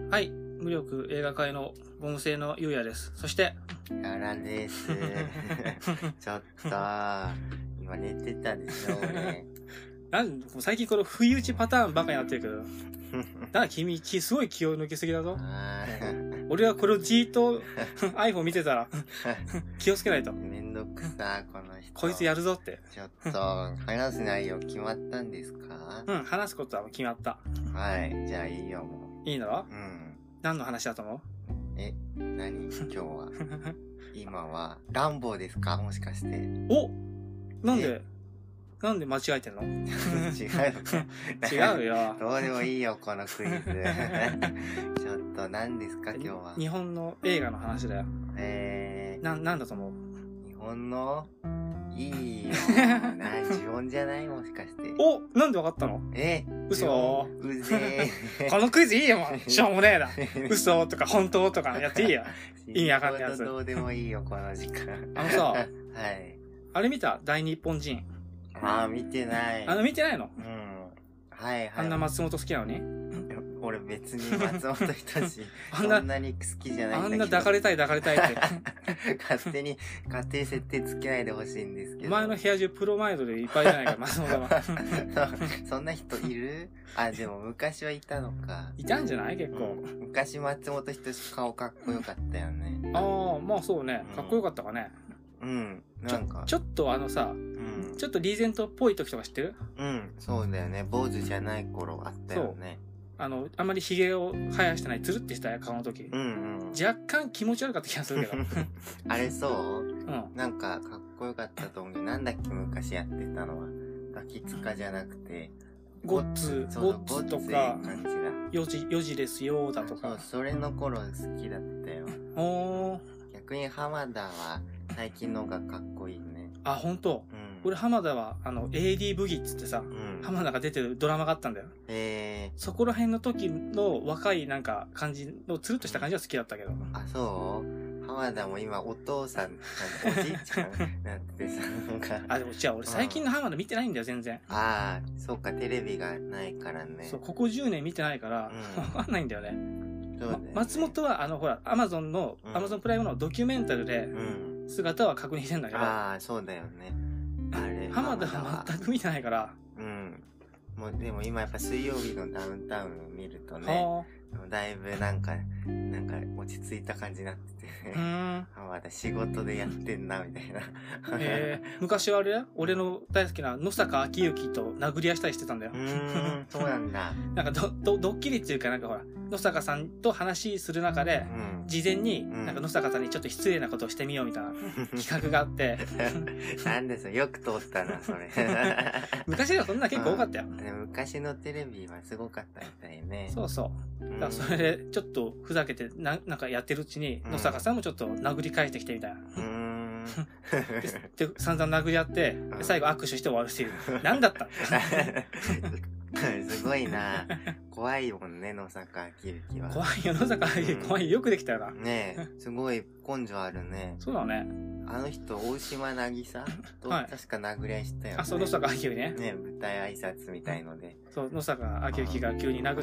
はい、無力映画界のゴム製のゆうやです。そして、 やらです。ちょっと、今寝てたでしょ、俺。 最近この不意打ちパターンばかりなってるけど、だから君、すごい気を抜きすぎだぞ。俺はこれをじーっと iPhone 見てたら、気をつけないと。 めんどくさ、この人。 こいつやるぞって。 ちょっと、話す内容決まったんですか？ うん、話すことは決まった。 はい、じゃあいいよ、もう。いいの？ うん。 何の話だと思う？ 何今日は。今は、ランボーですか？もしかして。 お！なんで間違えてんの？ 違うのか。 違うよ。 どうでもいいよ、このクイズ。ちょっと、何ですか、今日は。 日本の映画の話だよ。なんだと思う？ 日本のいいよ。自分じゃないもしかして。 お！なんでわかったの？嘘？ うぜー。このクイズいいよ、もう。しょうもねえな。嘘とか本当とかやっていいよ。意味わかんないやつ。 どうでもいいよ、この時間。 はい。あれ見た？大日本人。 見てない。 見てないの？ うん。はい。 あんな松本好きなのに？ 俺別に松本人志そんなに好きじゃないんだけど。 あんな抱かれたいって。 勝手に家庭設定つけないでほしいんですけど。 前の部屋中プロマイドでいっぱいじゃないか、松本は。 そんな人いる？でも昔はいたのか。 いたんじゃない？結構。 昔松本人志顔かっこよかったよね。 まあそうね。かっこよかったかね。 うん。なんか。 ちょっとちょっとリーゼントっぽい時とか知ってる？ うん、そうだよね。坊主じゃない頃あったよね。 あんまり髭を生やしてないつるってした顔の時。若干気持ち悪かった気がするけど。 あれそう？なんかかっこよかったと思うけど、なんだっけ昔やってたのは。ガキツカじゃなくて。 ゴッツとか、4時ですよだとか。 それの頃好きだったよ。逆に浜田は最近のがかっこいいね。 あ、ほんと？俺浜田はAD ブギっつってさ、浜田が出てるドラマがあったんだよ。そこら辺の時の若いなんか感じのつるっとした感じは好きだったけど。 あ、そう？浜田も今お父さん、おじいちゃんなってさ、なんか。 でも違う、俺最近の浜田見てないんだよ、全然。 そうか、テレビがないからね。 そう、ここ10年見てないから、わかんないんだよね。松本はほら、アマゾンプライムのドキュメンタルで、姿は確認してんだけど。 そうだよね。 浜田は全く見てないから。 でも今やっぱ水曜日のダウンタウンを見るとね、だいぶなんか落ち着いた感じになっててね。まだ仕事でやってんな、みたいな。 昔はあれ俺の大好きな野坂昭之と殴り合いしたりしてたんだよ。 そうなんだ。 なんかドッキリっていうかなんかほら、野坂さんと話する中で、事前になんか野坂さんにちょっと失礼なことをしてみようみたいな企画があって。 なんでよく通ったな、それ。 昔はそんな結構多かったよ。 昔のテレビはすごかったみたいね。 そうそう。だからそれでちょっとふざけてなんかやってるうちに、野坂さんもちょっと殴り返してきてみたいな。で、散々殴り合って、最後握手して終わるっていう。何だったの？ すごいな。怖いもんね、野坂昭之は。 怖いよ、野坂昭之。怖いよ。よくできたよな。 ねえ、すごい根性あるね。 そうだね。 あの人、大島渚と確か殴り合いしたよね。 そう、野坂昭之ね。 ね、舞台挨拶みたいので。 そう、野坂昭之が急に殴った。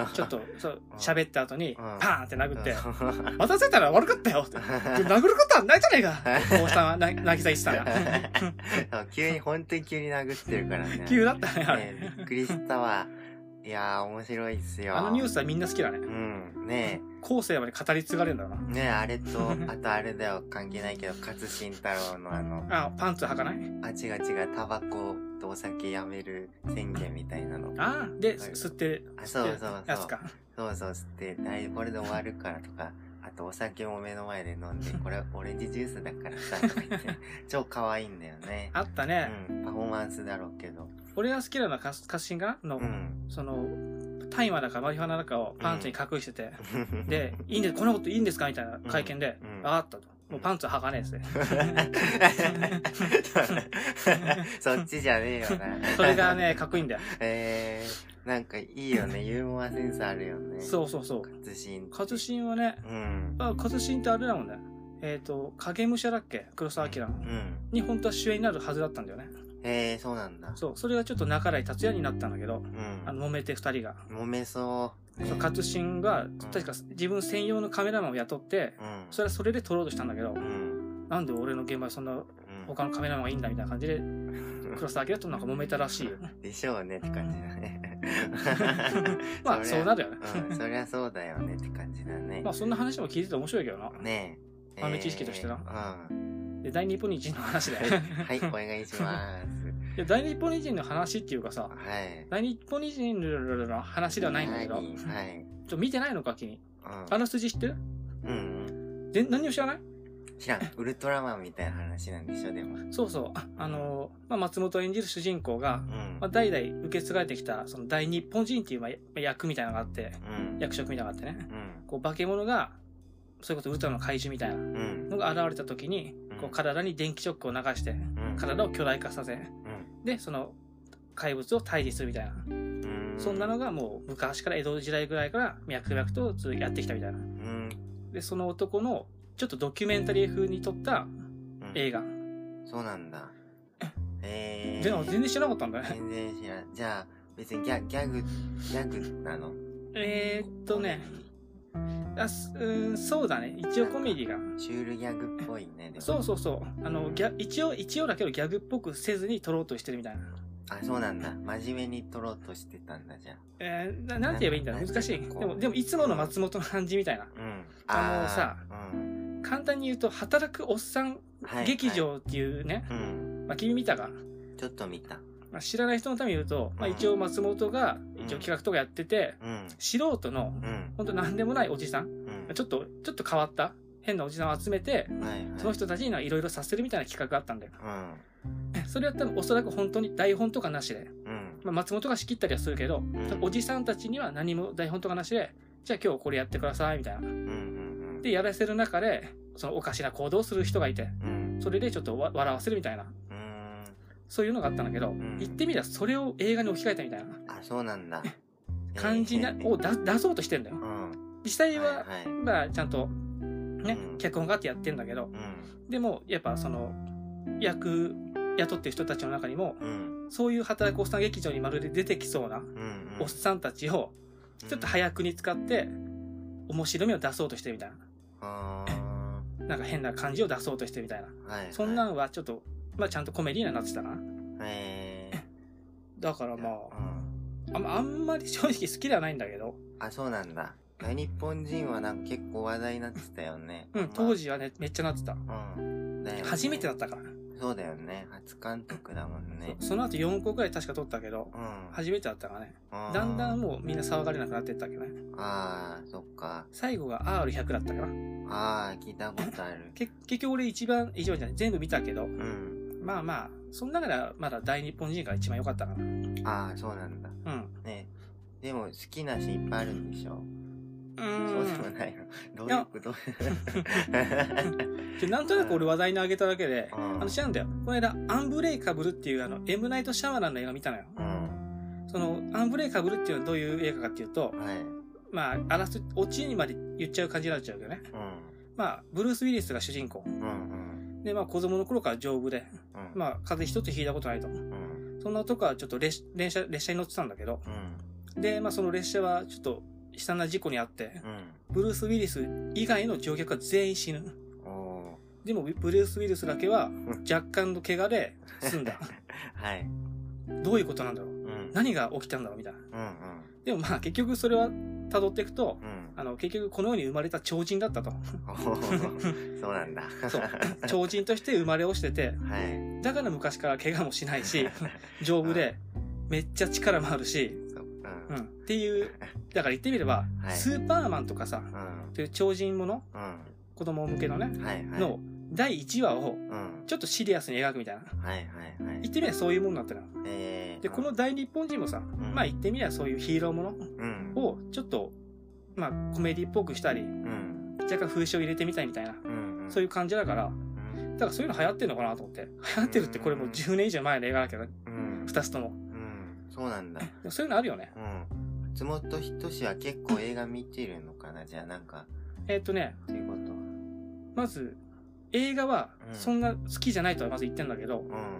ちょっと、喋った後に、パーンって殴って、待たせたら悪かったよって。殴ることはないじゃねえか大島渚言ってたら。 本当に急に殴ってるからね。 急だったね、あれ。 びっくりしたわ。いやー、面白いっすよ。 あのニュースはみんな好きだね。 ねえ。 後世まで語り継がれるんだろうな。 ねえ、あれと、あとあれだよ、関係ないけど、勝新太郎のパンツ履かない？ 違う、タバコとお酒やめる宣言みたいなの。 で、吸って、 そう。 やつか。 そう、吸って、これで終わるからとか、あとお酒も目の前で飲んで、これオレンジジュースだからさ、とか言って、超可愛いんだよね。 あったね。 パフォーマンスだろうけど。 俺が好きなのはカッシンが大麻だかマリファナだかをパンツに隠してて、で、いいんです、こんなこといいんですかみたいな会見で、あったと。もうパンツは履かねえですね。 そっちじゃねえよな。 それがね、かっこいいんだよ。 なんかいいよね。ユーモアセンスあるよね。 そう。勝新はね、勝新ってあれだもんね。影武者だっけ？黒澤明に本当は主演になるはずだったんだよね。 へえ、そうなんだ。 そう、それがちょっと半井達也になったんだけど、 うん。 揉めて二人が。 揉めそう。 そう、勝新が、確か自分専用のカメラマンを雇って、 うん。 それはそれで撮ろうとしたんだけど、 うん。 なんで俺の現場にそんな他のカメラマンがいいんだみたいな感じで、黒澤明となんか揉めたらしいよ。 でしょうねって感じだね。 まあ、そうなるよね。 うん、そりゃそうだよねって感じだね。 まあ、そんな話も聞いてて面白いけどな。 ねえ。 豆知識としてな。 うん。 で、大日本人の話だよ。 はい、お願いします。 いや、大日本人の話っていうかさ、 はい。 大日本人の話ではないんだけど、 はい。 見てないのか、君。 うん。 あの筋知ってる？ うん。 で、何を知らない？ 知らん。ウルトラマンみたいな話なんでしょ、でも。 そうそう。まあ、松本演じる主人公が、まあ、代々受け継がれてきた、その大日本人っていう、まあ、役みたいなのがあって、役職みたいなのがあってね。こう、化け物が、そういうことウルトラの怪獣みたいなのが現れた時に、こう、体に電気ショックを流して、体を巨大化させ、で、その、怪物を退治するみたいな。そんなのがもう、昔から江戸時代ぐらいから脈々とずっとやってきたみたいな。で、その男の、ちょっとドキュメンタリー風に撮った映画。 そうなんだ。 全然知らなかったんだね。 全然知らん。じゃあ、別にギャグなの？ そうだね。一応コメディが。 シュールギャグっぽいね。 そうそうそう。一応だけどギャグっぽくせずに撮ろうとしてるみたいな。 あ、そうなんだ。真面目に撮ろうとしてたんだ、じゃあ。なんて言えばいいんだろう。難しい。でもいつもの松本の感じみたいな。さ、簡単に言うと、働くおっさん劇場っていうね。まあ、君見たか？ ちょっと見た。 まあ、知らない人のために言うと、まあ、一応松本が、一応企画とかやってて、素人の、ほんと何でもないおじさん、ちょっと変わった、変なおじさんを集めて、その人たちにいろいろさせるみたいな企画があったんだよ。それは多分おそらく本当に台本とかなしで、まあ、松本が仕切ったりはするけど、おじさんたちには何も台本とかなしで、じゃあ今日これやってください、みたいな。で、やらせる中で、そのおかしな行動をする人がいて、それでちょっと笑わせるみたいな。そういうのがあったんだけど、言ってみればそれを映画に置き換えたみたいな。 あ、そうなんだ。 感じを出そうとしてんだよ。実際は、まあ、ちゃんと、ね、脚本があってやってんだけど、でも、やっぱその、雇ってる人たちの中にも、そういう働くおっさん劇場にまるで出てきそうな、おっさんたちを、ちょっと早くに使って、面白みを出そうとしてるみたいな。なんか変な感じを出そうとしてるみたいな。そんなんはちょっと、まあちゃんとコメディになってたな。だからまあ、あんまり正直好きではないんだけど。 あ、そうなんだ。日本人はなんか結構話題になってたよね。 当時はね、めっちゃなってた。初めてだったから。 そうだよね。初監督だもんね。 その後4個くらい確か撮ったけど、初めてだったからね。だんだんもうみんな騒がれなくなってったっけね。 ああ、そっか。 最後が R100 だったから。 ああ、聞いたことある。 結局俺一番以上じゃない。全部見たけど、まあまあ、その中ではまだ大日本人が一番良かったかな。 ああ、そうなんだ。ね。でも好きなシーンいっぱいあるんでしょ？そうでもないの。どういうことなんとなく俺話題にあげただけで、知らんだよ。この間、アンブレイカブルっていうエムナイト・シャマランの映画見たのよ。その、アンブレイカブルっていうのはどういう映画かっていうと、まあ、オチにまで言っちゃう感じになっちゃうけどね。まあ、ブルース・ウィリスが主人公。で、まあ、子供の頃から丈夫で、まあ、風邪一つひいたことないと。そんな男はちょっと列車に乗ってたんだけど、で、まあ、その列車はちょっと悲惨な事故にあって、ブルース・ウィリス以外の乗客は全員死ぬ。でも、ブルース・ウィリスだけは若干の怪我で済んだ。どういうことなんだろう、何が起きたんだろうみたいな。でもまあ、結局それは辿っていくと、結局この世に生まれた超人だったと。 そうなんだ。 そう。超人として生まれ落ちてて、だから昔から怪我もしないし、丈夫で、めっちゃ力もあるし、っていう、だから言ってみれば、スーパーマンとかさ、という超人もの、子供向けのね、の第1話を、ちょっとシリアスに描くみたいな。言ってみればそういうものになってるの。で、この大日本人もさ、まあ言ってみればそういうヒーローものを、ちょっと、まあコメディっぽくしたり、若干風刺を入れてみたいみたいな、そういう感じだから、だからそういうの流行ってんのかなと思って。流行ってるってこれもう10年以上前の映画だけどね。2つとも。 そうなんだ。 そういうのあるよね。 松本人志は結構映画見てるのかなじゃあなんか。 っていうことまず、映画はそんな好きじゃないとはまず言ってんだけど、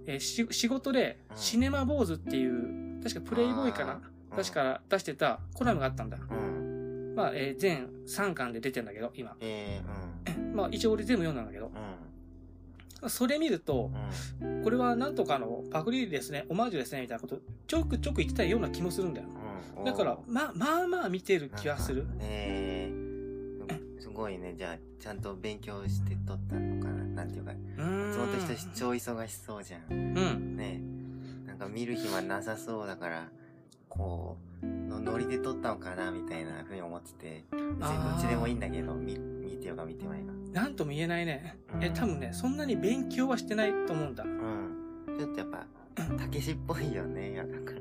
仕事で、シネマ坊主っていう、確かプレイボーイかな、確か出してたコラムがあったんだ。まあ、全3巻で出てんだけど、今。まあ、一応俺全部読んだんだけど。それ見ると、これはなんとかのパクリですね、オマージュですね、みたいなこと、ちょくちょく言ってたような気もするんだよ。だから、まあ見てる気はする。 すごいね、じゃあ、ちゃんと勉強して撮ったのかな、なんていうか。松本人志超忙しそうじゃん。ねなんか見る暇なさそうだから、こう、ノリで撮ったのかな、みたいなふうに思ってて、別にどっちでもいいんだけど、見てようが見てまいが。 なんとも言えないね。多分ね、そんなに勉強はしてないと思うんだ。 ちょっとやっぱ、たけしっぽいよね、だから。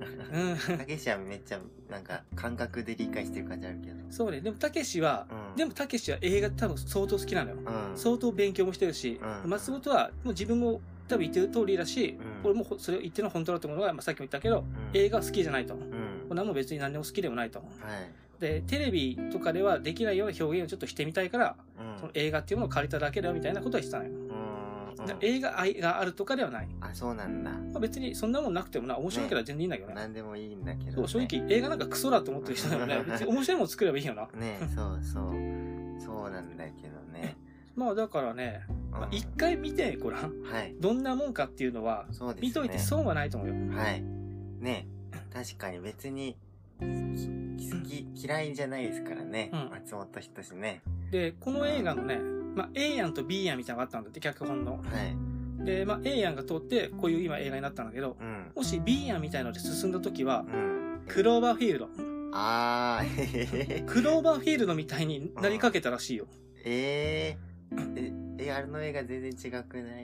たけしはめっちゃ、なんか、感覚で理解してる感じあるけど。 そうね。でもたけしは映画多分相当好きなのよ。相当勉強もしてるし、松本はもう自分も多分言ってる通りだし、俺もそれを言ってるのは本当だと思うのが、さっきも言ったけど、映画好きじゃないと。何も別に何でも好きでもないと。で、テレビとかではできないような表現をちょっとしてみたいから、その映画っていうものを借りただけだよみたいなことは言ってたのよ。映画愛があるとかではない。 あ、そうなんだ。 まあ別にそんなもんなくてもな、面白いから全然いいんだけどね。 何でもいいんだけど。 そう、正直映画なんかクソだと思ってる人だよね。別に面白いもの作ればいいよな。 そうなんだけどね。 まあだからね、一回見てごらん。どんなもんかっていうのは、見といて損はないと思うよ。 ね確かに別に、嫌いじゃないですからね。松本人志ね。で、この映画のね、まあ A 案と B 案みたいなのがあったんだって、脚本の。で、まあ A 案が通って、こういう今映画になったんだけど、もし B 案みたいので進んだ時は、クローバーフィールド。クローバーフィールドみたいになりかけたらしいよ。 あの映画全然違くない？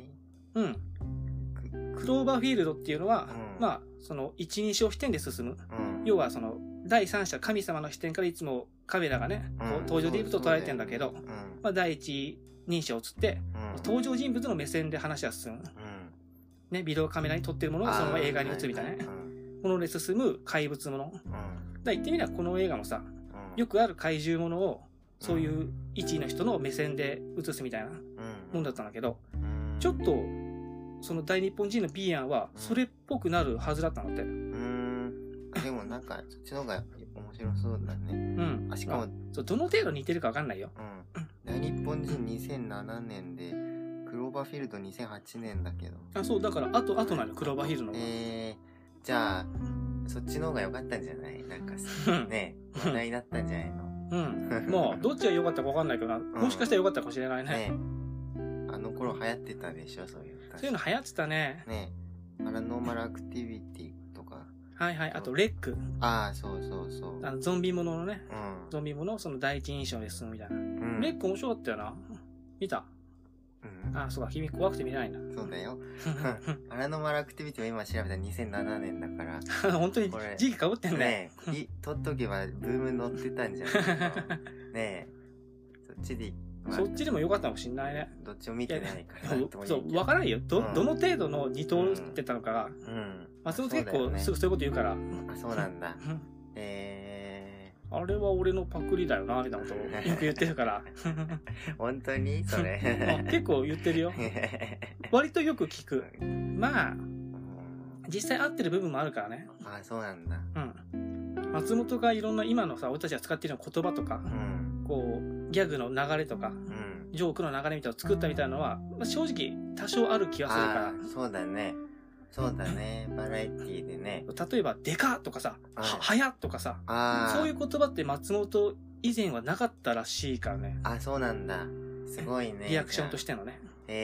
クローバーフィールドっていうのは、まあ、その一人称視点で進む。要はその、第三者、神様の視点からいつもカメラがね、登場人物を捉えてんだけど、まあ第一人称をつって、登場人物の目線で話は進む。ね、ビデオカメラに撮ってるものがそのまま映画に映るみたいなね。もので進む怪物もの。言ってみればこの映画もさ、よくある怪獣ものを、そういう一位の人の目線で映すみたいなもんだったんだけど、ちょっと、その大日本人の B 案は、それっぽくなるはずだったのって。 でもなんか、そっちの方が面白そうだね。しかも、 どの程度似てるかわかんないよ。 大日本人2007年で、クローバーフィールド2008年だけど。 そう、だから、あとなの、クローバーフィールドの。 じゃあ、そっちの方が良かったんじゃない？なんかさ、ね、話題になったんじゃないの？ まあ、どっちが良かったかわかんないけどな。もしかしたら良かったかもしれないね。 あの頃流行ってたでしょ、そういう。 そういうの流行ってたね。 パラノーマルアクティビティとか。 あと、レック。 そう。 ゾンビもののね。ゾンビものをその第一印象で進むみたいな。レック面白かったよな。見た？そうか、君怖くて見ないな。 そうだよ。パラノーマルアクティビティを今調べたら2007年だから。 本当に時期被ってんね。 撮っとけばブーム乗ってたんじゃないの？ねそっちでも良かったかもしんないね。 どっちも見てないから。 そう、わからないよ。どの程度の二等ってたのかが。松本結構すぐそういうこと言うから。 そうなんだ。 あれは俺のパクリだよな、みたいなことをよく言ってるから。 本当にそれ。 結構言ってるよ。割とよく聞く。まあ、実際合ってる部分もあるからね。 そうなんだ。 松本がいろんな今のさ、俺たちが使っている言葉とか、こう、ギャグの流れとか、ジョークの流れみたいなのを作ったみたいなのは、正直多少ある気はするから。 そうだね。バラエティでね。 例えば、でかとかさ、はやとかさ、そういう言葉って松本以前はなかったらしいからね。 そうなんだ。すごいね。 リアクションとしてのね。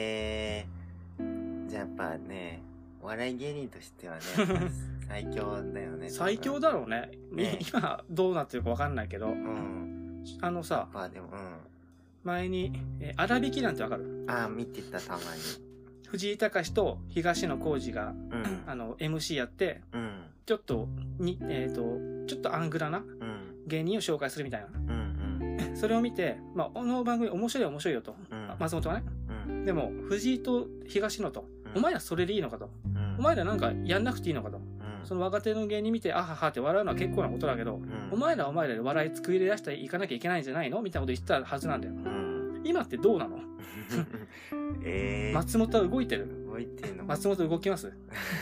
じゃあやっぱね、お笑い芸人としてはね、最強だよね。 最強だろうね。今どうなってるかわかんないけど、さ、前に、荒引きなんてわかる？ 見てた、たまに。 藤井隆と東野幸治が、MC やって、ちょっとアングラな芸人を紹介するみたいな。それを見て、まあ、この番組面白いよと。松本はね。でも、藤井と東野と、お前らそれでいいのかと。お前らなんかやんなくていいのかと。その若手の芸人見て、あははって笑うのは結構なことだけど、お前らで笑い作り出していかなきゃいけないんじゃないのみたいなこと言ってたはずなんだよ。今ってどうなの？松本は動いてる？ 動いてんの。 松本動きます？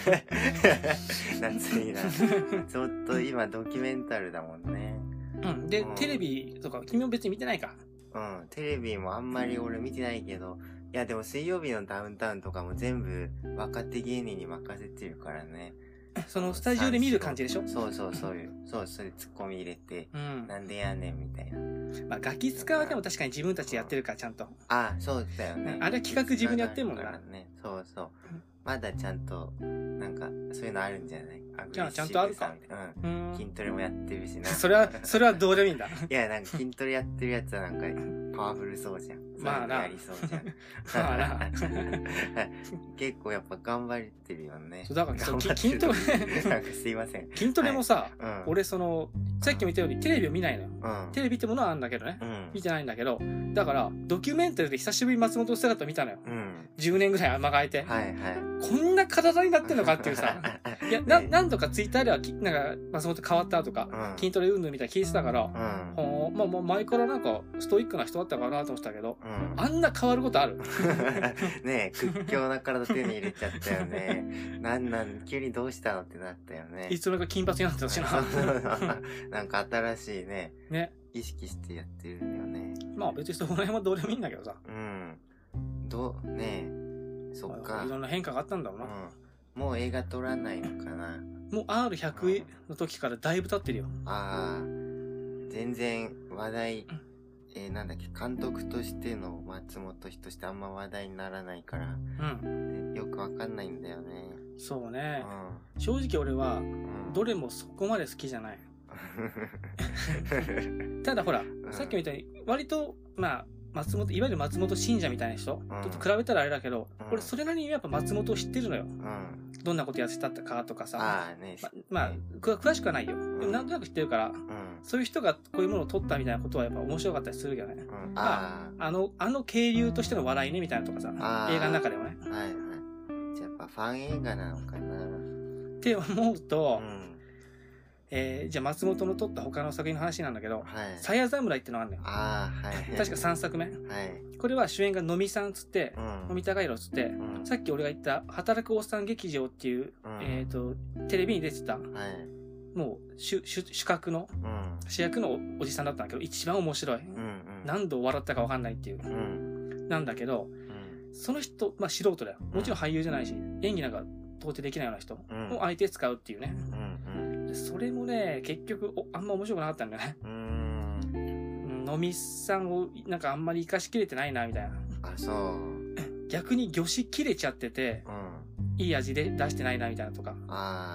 夏いな。ちょっと今ドキュメンタルだもんね。 うん。で、テレビとか、君も別に見てないか。 うん。テレビもあんまり俺見てないけど、いやでも水曜日のダウンタウンとかも全部若手芸人に任せてるからね。 そのスタジオで見る感じでしょ？ そうそうそういう。そう、それツッコミ入れて、なんでやねんみたいな。 まあガキ使はでも確かに自分たちでやってるからちゃんと。 ああ、そうだよね。 あれは企画自分でやってるもんな。ね。そうそう。まだちゃんと、なんか、そういうのあるんじゃない？ じゃあちゃんとあるか。 うん。筋トレもやってるしな。 それはどうでもいいんだ。 いや、なんか筋トレやってるやつはなんか、パワフルそうじゃん。 まあな。 やりそうじゃん。 まあな。 結構やっぱ頑張ってるよね。 そう、だから筋トレなんかすいません。 筋トレもさ、俺さっきも言ったようにテレビを見ないのよ。テレビってものはあるんだけどね。見てないんだけど、だから、ドキュメンタリーで久しぶりに松本の姿を見たのよ。10年ぐらい間が空いて。 はいはい。 こんな体になってんのかっていうさ。いや、何度かツイッターでは、なんか、松本変わったとか、筋トレ運動みたいな聞いてたから、まあ前からなんか、ストイックな人だったかなと思ってたけど、あんな変わることある？ ねえ、屈強な体手に入れちゃったよね。急にどうしたのってなったよね。 いつの間にか金髪になってたしな。 なんか新しいね。ね。意識してやってるよね。 まあ別にそこら辺はどうでもいいんだけどさ。 ねえ、そっか。 いろんな変化があったんだろうな。 もう映画撮らないのかな。 もう R100 の時からだいぶ経ってるよ。 ああ、全然話題、なんだっけ、監督としての松本人志ってあんま話題にならないから、よくわかんないんだよね。 そうね。正直俺は、どれもそこまで好きじゃない。ただほら、さっきみたいに、割と、まあ、いわゆる松本信者みたいな人、ちょっと比べたらあれだけど、俺それなりにやっぱ松本を知ってるのよ。どんなことやってたかとかさ。まあ、詳しくはないよ。でもなんとなく知ってるから、そういう人がこういうものを撮ったみたいなことはやっぱ面白かったりするけどね。あの渓流としての笑いねみたいなとかさ、映画の中でもね。 はいはい。じゃあやっぱファン映画なのかな。 って思うと、じゃあ松本の撮った他の作品の話なんだけど、さや侍ってのがあるのよ。確か3作目。これは主演が野見さんつって、野見隆弘つって、さっき俺が言った働くおっさん劇場っていう、テレビに出てた、もう主角の、主役のおじさんだったんだけど、一番面白い。何度笑ったか分かんないっていう。なんだけど、その人、まあ素人だよ。もちろん俳優じゃないし、演技なんか到底できないような人を相手使うっていうね。それもね、結局あんま面白くなかったんだよね。野見さんをなんかあんまり活かしきれてないなみたいな。 あ、そう。 逆に魚し切れちゃってて、いい味で出してないなみたいなとか。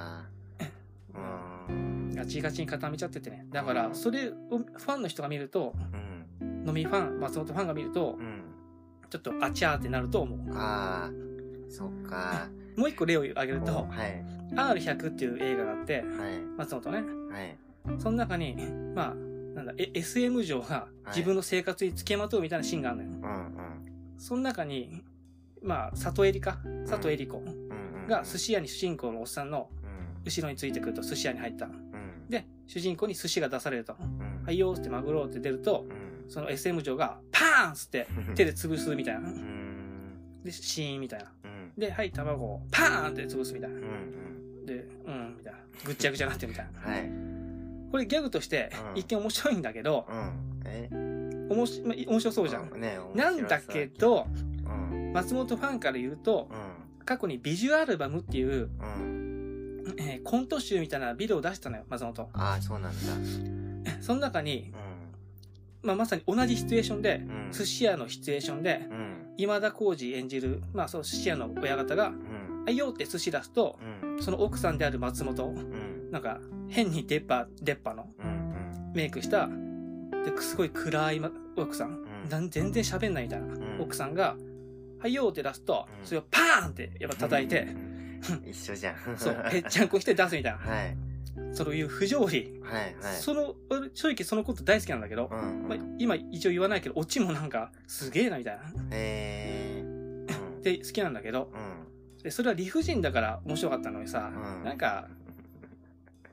ガチガチに固めちゃっててね。だからそれをファンの人が見ると、野見ファン、松本ファンが見ると、ちょっとあちゃーってなると思う。 そっか。 もう一個例を挙げると、R100 っていう映画があって、松本ね。その中に、まあ、なんだ、SM 嬢が自分の生活に付けまとうみたいなシーンがあるのよ。その中に、まあ、佐藤恵理子が寿司屋に主人公のおっさんの後ろについてくると寿司屋に入った。で、主人公に寿司が出されると。はいよーってマグロって出ると、その SM 嬢がパーンつって手で潰すみたいな。で、シーンみたいな。で、はい、卵をパーンって潰すみたいな。で、みたいな。ぐっちゃぐちゃになってみたいな。これギャグとして一見面白いんだけど、面白そうじゃん。なんだけど、松本ファンから言うと、過去にビジュアルバムっていう、コント集みたいなビデオを出したのよ、松本。 そうなんだ。その中に、まさに同じシチュエーションで、寿司屋のシチュエーションで、今田耕司演じる、寿司屋の親方が、はいよって寿司出すと、その奥さんである松本、なんか、変に出っ歯のメイクした、すごい暗い奥さん、全然喋んないみたいな奥さんが、はいよって出すと、それをパーンってやっぱ叩いて、 一緒じゃん。 そう、ぺっちゃんこして出すみたいな。そういう不条理。正直そのこと大好きなんだけど、今一応言わないけど、オチもなんか、すげえなみたいな。で、好きなんだけど、それは理不尽だから面白かったのにさ、なんか、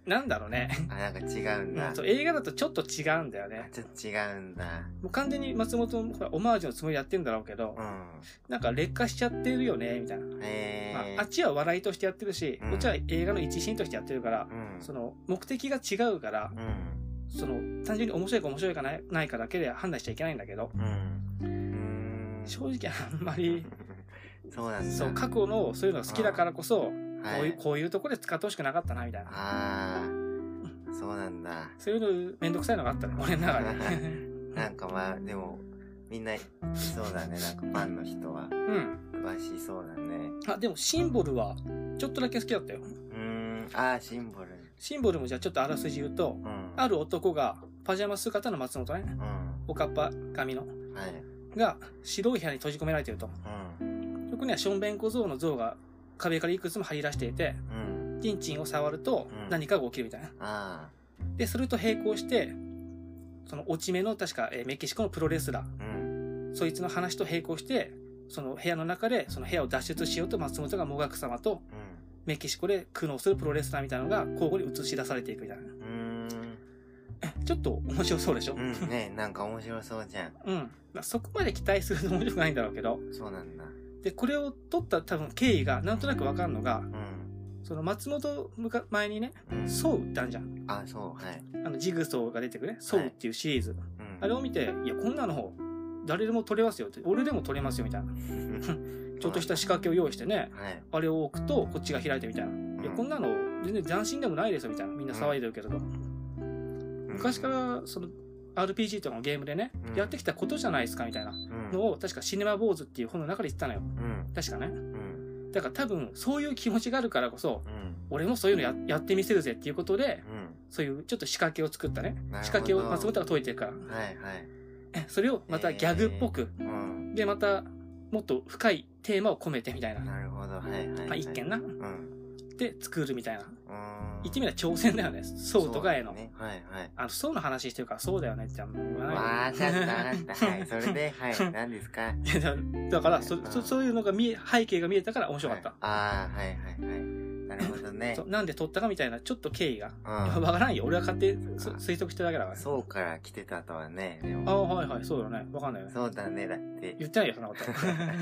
なんだろうね。 なんか違うんだ。 そう、映画だとちょっと違うんだよね。 ちょっと違うんだ。 もう完全に松本もオマージュのつもりでやってんだろうけど、なんか劣化しちゃってるよね、みたいな。あっちは笑いとしてやってるし、こっちは映画の一シーンとしてやってるから、その、目的が違うから、その、単純に面白いか面白いかないかだけで判断しちゃいけないんだけど、正直あんまり、 そうなんだ。 そう、過去のそういうのが好きだからこそ、こういうところで使ってほしくなかったな、みたいな。 そうなんだ。 そういうのめんどくさいのがあったね、俺の中で。 なんかまあ、でも、みんな、そうだね、なんかファンの人は。詳しそうだね。 でもシンボルは、ちょっとだけ好きだったよ。 シンボル。 シンボルもじゃあちょっとあらすじ言うと、ある男が、パジャマ姿の松本ね、おかっぱ髪の、が白い部屋に閉じ込められていると。そこにはションベン小僧の像が壁からいくつも張り出していて、チンチンを触ると何かが起きるみたいな。で、それと並行して、その落ち目の確かメキシコのプロレスラー、そいつの話と並行して、その部屋の中でその部屋を脱出しようと松本がもがく様と、メキシコで苦悩するプロレスラーみたいなのが交互に映し出されていくみたいな。ちょっと面白そうでしょ？ ね、なんか面白そうじゃん。 そこまで期待すると面白くないんだろうけど。 そうなんだ。 で、これを撮った多分経緯がなんとなくわかるのが、その松本前にね、ソウってあるじゃん。 そう、はい。 ジグソーが出てくるね、ソウっていうシリーズ。あれを見て、いや、こんなの誰でも撮れますよって、俺でも撮れますよみたいな。ちょっとした仕掛けを用意してね、あれを置くとこっちが開いてみたいな。いや、こんなの全然斬新でもないですよみたいな。みんな騒いでるけれど。昔からその RPG とかのゲームでね、やってきたことじゃないですかみたいなのを、確かシネマ坊主っていう本の中で言ってたのよ。確かね。だから多分そういう気持ちがあるからこそ、俺もそういうのやってみせるぜっていうことで、そういうちょっと仕掛けを作ったね。仕掛けを松本が解いてるから。それをまたギャグっぽく、でまたもっと深いテーマを込めてみたいな。 なるほど、 一見な。で作るみたいな。言ってみれば挑戦だよね。ソウとかへの。ソウの話してるからそうだよねって言わない。 わかった。はい。それで、何ですか？ だから、そういうのが背景が見えたから面白かった。 なるほどね。 なんで撮ったかみたいな、ちょっと経緯が。わからんよ。俺は勝手に推測してるだけだから。 そうから来てたとはね。 そうだね。わかんないよね。 そうだね、だって。 言ってないよ、そんなこと。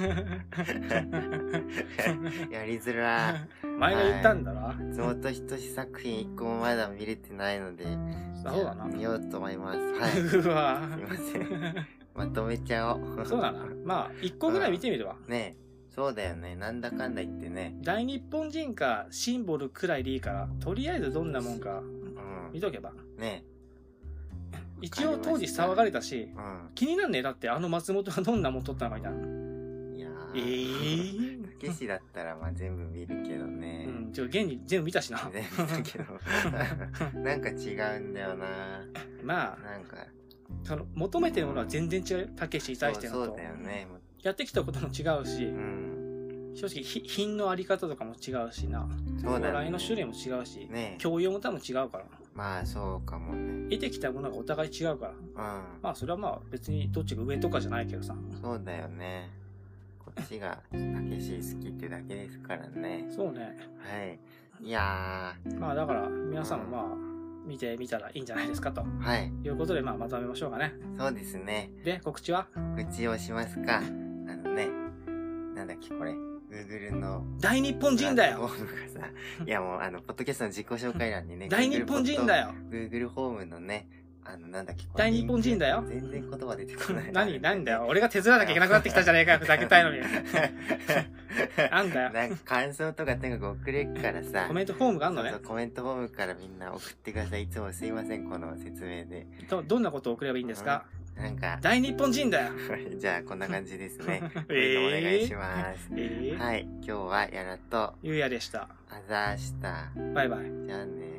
やりづら。 前が言ったんだろ。 松本人志作品一個もまだ見れてないので、 そうだな。 見ようと思います。 うわすいません。まとめちゃおう。 そうだな。まあ、一個ぐらい見てみるわ。 ねそうだよね。なんだかんだ言ってね。 大日本人かシンボルくらいでいいから、とりあえずどんなもんか見とけば。 ね一応当時騒がれたし、気になんねえ。だってあの松本がどんなもん撮ったのかみたいな。 いやー。たけしだったらまあ全部見るけどね。 現に全部見たしな。 全部見たけど。なんか違うんだよな。 まあ、 なんか。 求めてるものは全然違うよ。たけしに対してのと。 そうだよね。 やってきたことも違うし、正直品のあり方とかも違うしな。笑いの種類も違うし、教養も多分違うから。 まあそうかもね。 得てきたものがお互い違うから。まあそれはまあ別にどっちが上とかじゃないけどさ。 そうだよね。こっちがたけし好きってだけですからね。 そうね。 いやー。まあだから皆さんもまあ見てみたらいいんじゃないですかと。いうことでまあまとめましょうかね。 そうですね。 で、告知は？ 告知をしますか。なんだっけこれ。Google の大日本人だよ。 いやもうポッドキャストの自己紹介欄にね。 大日本人だよ。 Google ホームのね、なんだっけ大日本人だよ。 全然言葉出てこない。 何だよ。俺が手伝わなきゃいけなくなってきたじゃねえかよ。ふざけたいのに。なんだよ。 なんか感想とかとにかく送れっからさ。 コメントフォームがあんのね。 そう、コメントフォームからみんな送ってください。いつもすいません、この説明で。 どんなことを送ればいいんですか？ なんか。 大日本人だよ。 じゃあ、こんな感じですね。お願いします。はい。今日はやらと。 ゆうやでした。 あざーした。 バイバイ。 じゃあね。